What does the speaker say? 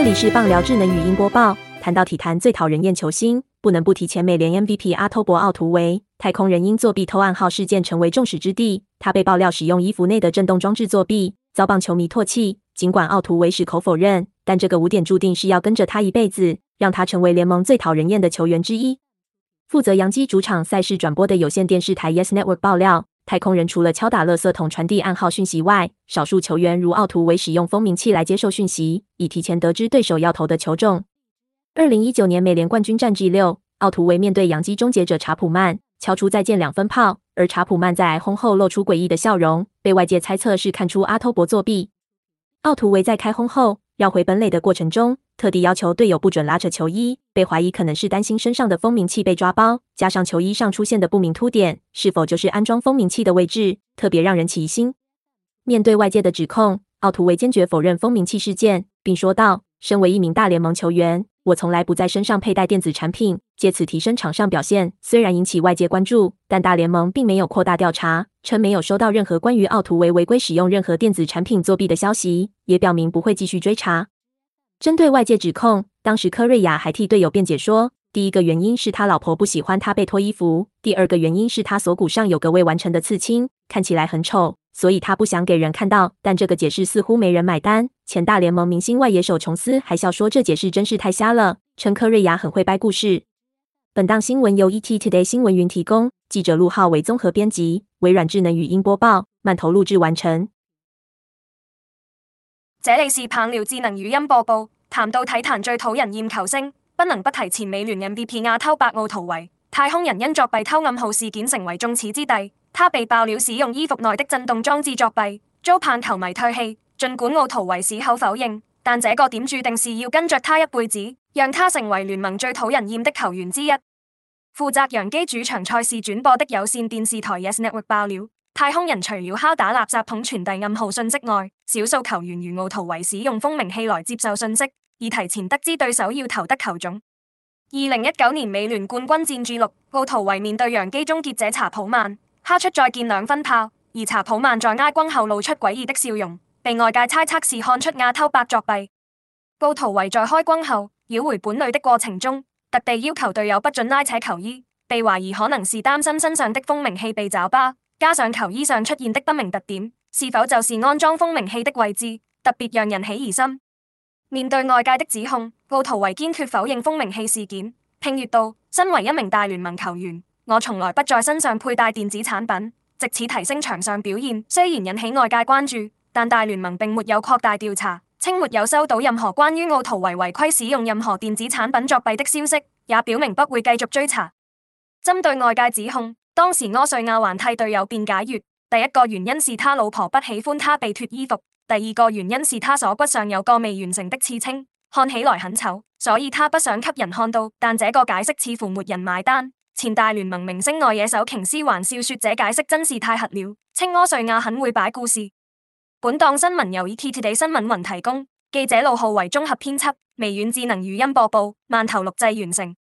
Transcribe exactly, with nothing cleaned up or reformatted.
里是棒聊智能语音播报。谈到体坛最讨人厌球星，不能不提前美联 M V P 阿托博·奥图维。太空人因作弊偷暗号事件成为众矢之的，他被爆料使用衣服内的震动装置作弊，遭棒球迷唾弃。尽管奥图维矢口否认，但这个污点注定是要跟着他一辈子，让他成为联盟最讨人厌的球员之一。负责洋基主场赛事转播的有线电视台 Yes Network 爆料，太空人除了敲打垃圾桶传递暗号讯息外，少数球员如奥图维使用蜂鸣器来接受讯息，以提前得知对手要投的球种。二零一九年美联冠军战 G 六， 奥图维面对洋基终结者查普曼，敲出再见两分炮，而查普曼在挨轰后露出诡异的笑容，被外界猜测是看出阿托博作弊。奥图维在开轰后绕回本垒的过程中，特地要求队友不准拉扯球衣，被怀疑可能是担心身上的蜂鸣器被抓包，加上球衣上出现的不明凸点，是否就是安装蜂鸣器的位置，特别让人起疑心。面对外界的指控，奥图维坚决否认蜂鸣器事件，并说道：身为一名大联盟球员，我从来不在身上佩戴电子产品，借此提升场上表现。虽然引起外界关注，但大联盟并没有扩大调查，称没有收到任何关于奥图维违规使用任何电子产品作弊的消息，也表明不会继续追查。针对外界指控，当时科瑞亚还替队友辩解说，第一个原因是他老婆不喜欢他被脱衣服，第二个原因是他锁骨上有个未完成的刺青，看起来很丑，所以他不想给人看到。但这个解释似乎没人买单。前大联盟明星外野手琼斯还笑说这解释真是太瞎了，称科瑞亚很会掰故事。本档新闻由 E T Today 新闻云提供，记者陆浩为综合编辑，微软智能语音播报，慢投录制完成。 這裏是棒聊智能語音播報。談到體壇最討人厭球星，不能不提前美聯 M V P 亞偷白奧圖維。太空人因作弊偷暗號事件成為眾矢之的，他被爆料使用衣服內的震動裝置作弊，遭棒球迷唾棄。儘管奧圖維矢口否認，但這個點注定是要跟着他一輩子，讓他成為聯盟最討人厭的球員之一。負責洋基主場賽事轉播的有線電視台 Yes Network 爆料，太空人除了敲打垃圾桶傳遞暗號訊息外，少數球員如奧圖維使用蜂鳴器來接受訊息，以提前得知對手要投的球種。二零一九年美聯冠軍戰 G 六，奧圖維面對洋基終結者查普曼，敲出再見兩分炮，而查普曼在挨轟後露出詭異的笑容，被外界猜測是看出亞偷白作弊。奧圖維在開轟後繞回本壘的過程中，特地要求隊友不准拉扯球衣，被懷疑可能是擔心身上的蜂鳴器被抓包，加上球衣上出現的不明特點，是否就是安裝蜂鳴器的位置，特別讓人起疑心。面對外界的指控，奧圖維堅決否認蜂鳴器事件，並說道：身為一名大聯盟球員，我從來不在身上佩戴電子產品，藉此提升場上表現。雖然引起外界關注，但大聯盟並沒有擴大調查，稱沒有收到任何關於奧圖維違規使用任何電子產品作弊的消息，也表明不會繼續追查。針對外界指控，當時柯瑞亞還替隊友辯解說，第一個原因是他老婆不喜歡他被脫衣服，第二個原因是他鎖骨上有個未完成的刺青，看起來很醜，所以他不想給人看到。但這個解釋似乎沒人買單。前大聯盟明星外野手瓊斯還笑說這解釋真是太瞎了，稱柯瑞亞很會擺故事。本檔新聞由 E T Today 新聞雲提供，記者盧浩為綜合編輯，微軟智能語音播報，慢頭錄製完成。